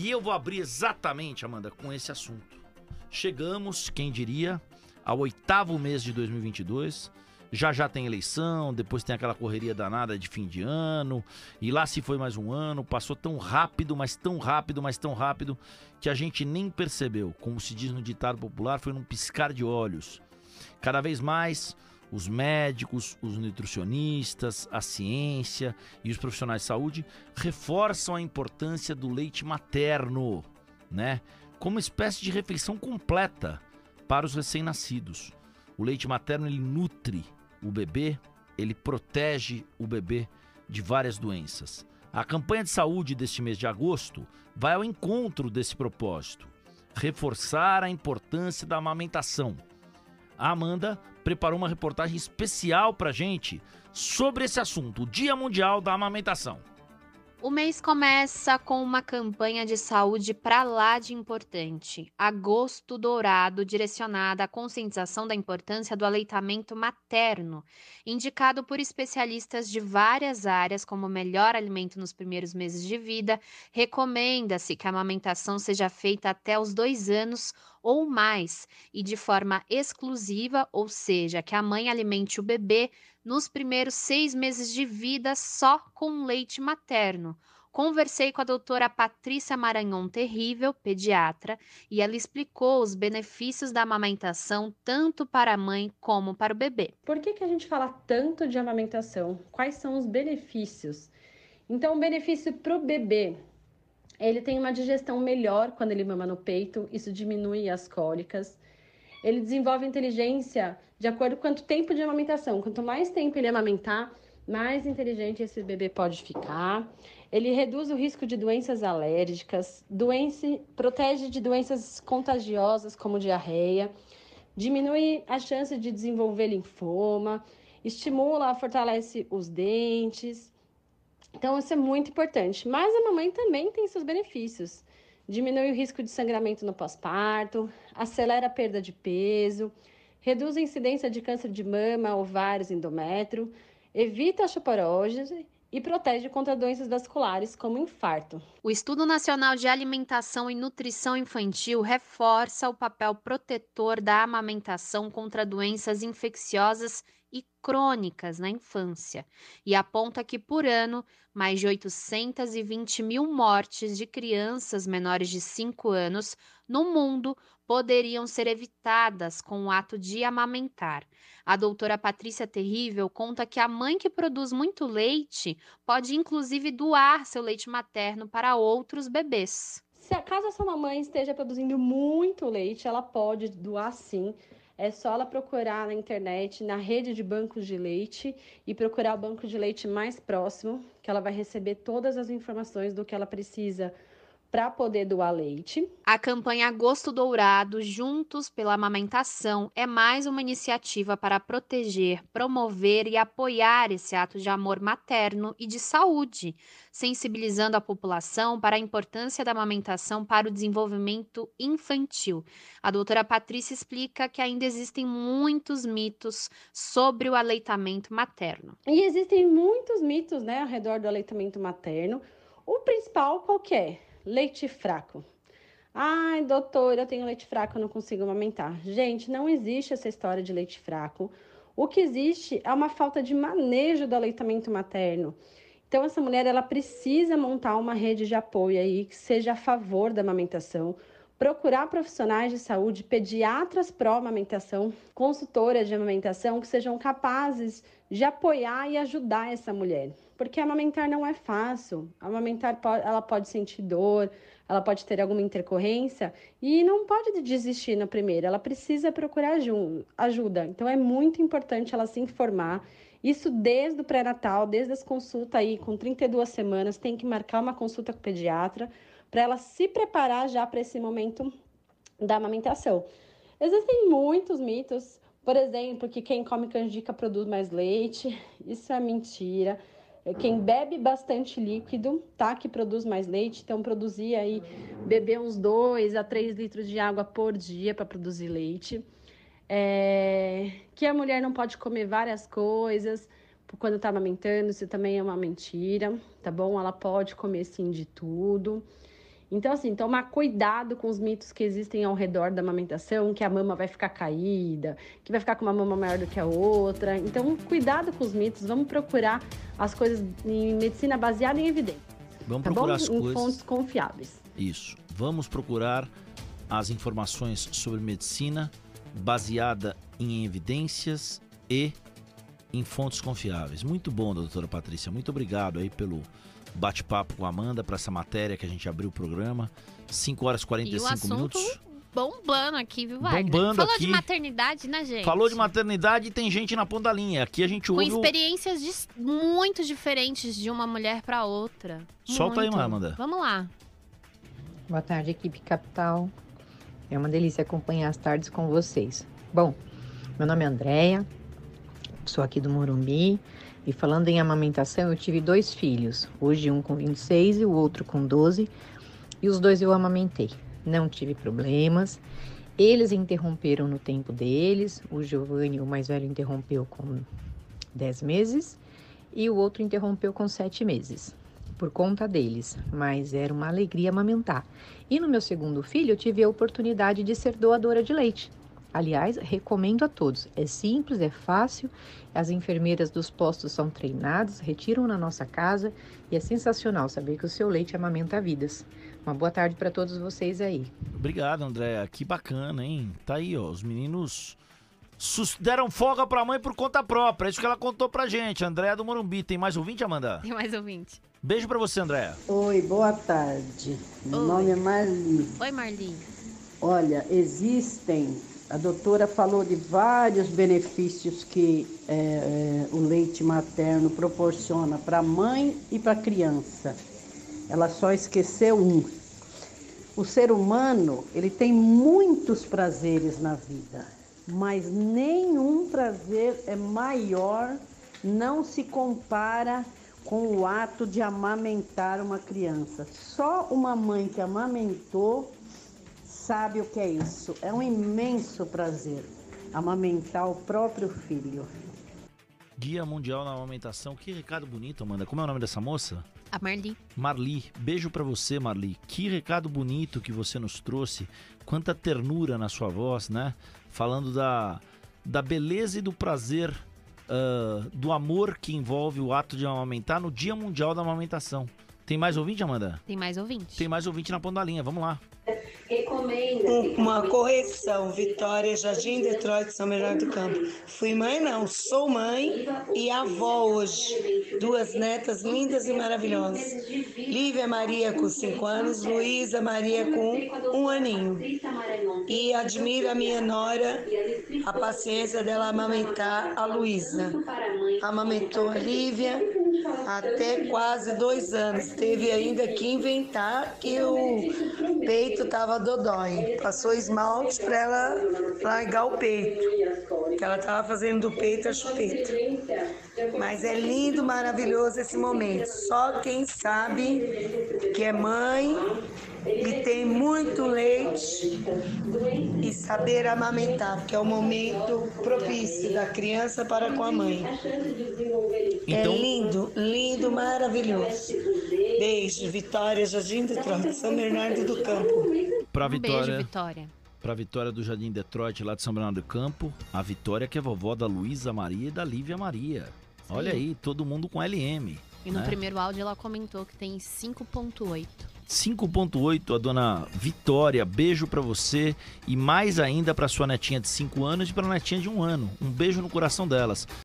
E eu vou abrir exatamente, Amanda, com esse assunto. Chegamos, quem diria, ao 8º mês de 2022. Já tem eleição, depois tem aquela correria danada de fim de ano. E lá se foi mais um ano, passou tão rápido, mas tão rápido, mas tão rápido, que a gente nem percebeu. Como se diz no ditado popular, foi num piscar de olhos. Cada vez mais, os médicos, os nutricionistas, a ciência e os profissionais de saúde reforçam a importância do leite materno, né? Como espécie de refeição completa para os recém-nascidos. O leite materno, ele nutre o bebê, ele protege o bebê de várias doenças. A campanha de saúde deste mês de agosto vai ao encontro desse propósito, reforçar a importância da amamentação. A Amanda preparou uma reportagem especial pra gente sobre esse assunto, o Dia Mundial da Amamentação. O mês começa com uma campanha de saúde pra lá de importante, Agosto Dourado, direcionada à conscientização da importância do aleitamento materno, indicado por especialistas de várias áreas como o melhor alimento nos primeiros meses de vida. Recomenda-se que a amamentação seja feita até os 2 anos ou mais e de forma exclusiva, ou seja, que a mãe alimente o bebê nos primeiros 6 meses de vida só com leite materno. Conversei com a doutora Patrícia Maranhon Terrível, pediatra, e ela explicou os benefícios da amamentação tanto para a mãe como para o bebê. Por que a gente fala tanto de amamentação? Quais são os benefícios? Então, o benefício para o bebê, ele tem uma digestão melhor quando ele mama no peito, isso diminui as cólicas. Ele desenvolve inteligência de acordo com quanto tempo de amamentação. Quanto mais tempo ele amamentar, mais inteligente esse bebê pode ficar. Ele reduz o risco de doenças alérgicas, protege de doenças contagiosas como diarreia, diminui a chance de desenvolver linfoma, estimula, fortalece os dentes. Então, isso é muito importante. Mas a mamãe também tem seus benefícios. Diminui o risco de sangramento no pós-parto, acelera a perda de peso, reduz a incidência de câncer de mama, ovários, endométrio, evita a osteoporose e protege contra doenças vasculares como infarto. O Estudo Nacional de Alimentação e Nutrição Infantil reforça o papel protetor da amamentação contra doenças infecciosas e crônicas na infância e aponta que, por ano, mais de 820 mil mortes de crianças menores de 5 anos no mundo poderiam ser evitadas com o ato de amamentar. A doutora Patrícia Terrível conta que a mãe que produz muito leite pode inclusive doar seu leite materno para outros bebês. Caso essa mamãe esteja produzindo muito leite, ela pode doar sim. É só ela procurar na internet, na rede de bancos de leite e procurar o banco de leite mais próximo, que ela vai receber todas as informações do que ela precisa para poder doar leite. A campanha Agosto Dourado, Juntos pela Amamentação, é mais uma iniciativa para proteger, promover e apoiar esse ato de amor materno e de saúde, sensibilizando a população para a importância da amamentação para o desenvolvimento infantil. A doutora Patrícia explica que ainda existem muitos mitos sobre o aleitamento materno. E existem muitos mitos, ao redor do aleitamento materno. O principal qual que é? Leite fraco. Ai, doutora, eu tenho leite fraco, eu não consigo amamentar. Gente, não existe essa história de leite fraco. O que existe é uma falta de manejo do aleitamento materno. Então, essa mulher, ela precisa montar uma rede de apoio aí que seja a favor da amamentação, procurar profissionais de saúde, pediatras pró-amamentação, consultoras de amamentação que sejam capazes de apoiar e ajudar essa mulher. Porque amamentar não é fácil. Amamentar, ela pode sentir dor, ela pode ter alguma intercorrência e não pode desistir na primeira. Ela precisa procurar ajuda. Então, é muito importante ela se informar. Isso desde o pré-natal, desde as consultas aí com 32 semanas, tem que marcar uma consulta com o pediatra para ela se preparar já para esse momento da amamentação. Existem muitos mitos, por exemplo, que quem come canjica produz mais leite. Isso é mentira. Quem bebe bastante líquido, que produz mais leite. Então, beber uns 2 a 3 litros de água por dia para produzir leite. Que a mulher não pode comer várias coisas quando está amamentando, isso também é uma mentira, tá bom? Ela pode comer sim de tudo. Então, assim, tomar cuidado com os mitos que existem ao redor da amamentação, que a mama vai ficar caída, que vai ficar com uma mama maior do que a outra. Então, cuidado com os mitos, vamos procurar as coisas em medicina baseada em evidência. Vamos procurar as coisas em fontes confiáveis. Isso. Vamos procurar as informações sobre medicina baseada em evidências e em fontes confiáveis. Muito bom, doutora Patrícia. Muito obrigado aí pelo bate-papo com a Amanda, para essa matéria que a gente abriu o programa. 5 horas e 45 minutos. Bombando aqui, viu, Wagner? Bombando Falou aqui. de maternidade, né, gente? Falou de maternidade e tem gente na ponta da linha. Aqui a gente ouve... Com experiências muito diferentes de uma mulher para outra. Solta muito. aí, Amanda. Vamos lá. Boa tarde, equipe Capital. É uma delícia acompanhar as tardes com vocês. Bom, meu nome é Andréia, sou aqui do Morumbi. E falando em amamentação, eu tive 2 filhos. Hoje um com 26 e o outro com 12. E os 2 eu amamentei. Não tive problemas. Eles interromperam no tempo deles. O Giovanni, o mais velho, interrompeu com 10 meses. E o outro interrompeu com 7 meses. Por conta deles. Mas era uma alegria amamentar. E no meu segundo filho, eu tive a oportunidade de ser doadora de leite. Aliás, recomendo a todos. É simples, é fácil. As enfermeiras dos postos são treinadas, retiram na nossa casa e é sensacional saber que o seu leite amamenta vidas. Uma boa tarde para todos vocês aí. Obrigado, André. Que bacana, hein? Tá aí, ó. Os meninos deram folga pra mãe por conta própria. É isso que ela contou pra gente. Andréa do Morumbi. Tem mais ouvinte, Amanda? Tem mais ouvinte. Beijo pra você, Andréa. Oi, boa tarde. Meu Oi. nome é Marli. Oi, Marli. Olha, a doutora falou de vários benefícios que o leite materno proporciona para a mãe e para a criança. Ela só esqueceu um. O ser humano, ele tem muitos prazeres na vida, mas nenhum prazer é maior, não se compara com o ato de amamentar uma criança. Só uma mãe que amamentou sabe o que é isso. É um imenso prazer amamentar o próprio filho. Dia Mundial da Amamentação. Que recado bonito, Amanda. Como é o nome dessa moça? A Marli. Marli. Beijo pra você, Marli. Que recado bonito que você nos trouxe. Quanta ternura na sua voz, né? Falando da beleza e do prazer, do amor que envolve o ato de amamentar no Dia Mundial da Amamentação. Tem mais ouvinte, Amanda? Tem mais ouvinte. Tem mais ouvinte na ponta da linha. Vamos lá. Uma correção, Vitória, Jardim, Detroit, São Bernardo do Campo. Fui mãe não, sou mãe e avó hoje. 2 netas lindas e maravilhosas. Lívia Maria com 5 anos, Luísa Maria com 1 aninho. E admiro a minha nora, a paciência dela amamentar a Luísa. Amamentou a Lívia até quase 2 anos. Teve ainda que inventar que o peito estava dodói. Passou esmalte para ela largar o peito, que ela estava fazendo do peito a chupeta. Mas é lindo, maravilhoso esse momento. Só quem sabe que é mãe e tem muito leite e saber amamentar, porque é o momento propício da criança para com a mãe. Então... É lindo, lindo, maravilhoso. Beijo, Vitória, Jardim Detroit, São Bernardo do Campo. Pra Beijo, Vitória. Vitória. Pra Vitória do Jardim Detroit, lá de São Bernardo do Campo. A Vitória que é vovó da Luísa Maria e da Lívia Maria. Sim. Olha aí, todo mundo com LM. E no né? primeiro áudio ela comentou que tem 5.8. 5.8, a dona Vitória, beijo pra você e mais ainda pra sua netinha de 5 anos e pra netinha de 1 ano. Um beijo no coração delas.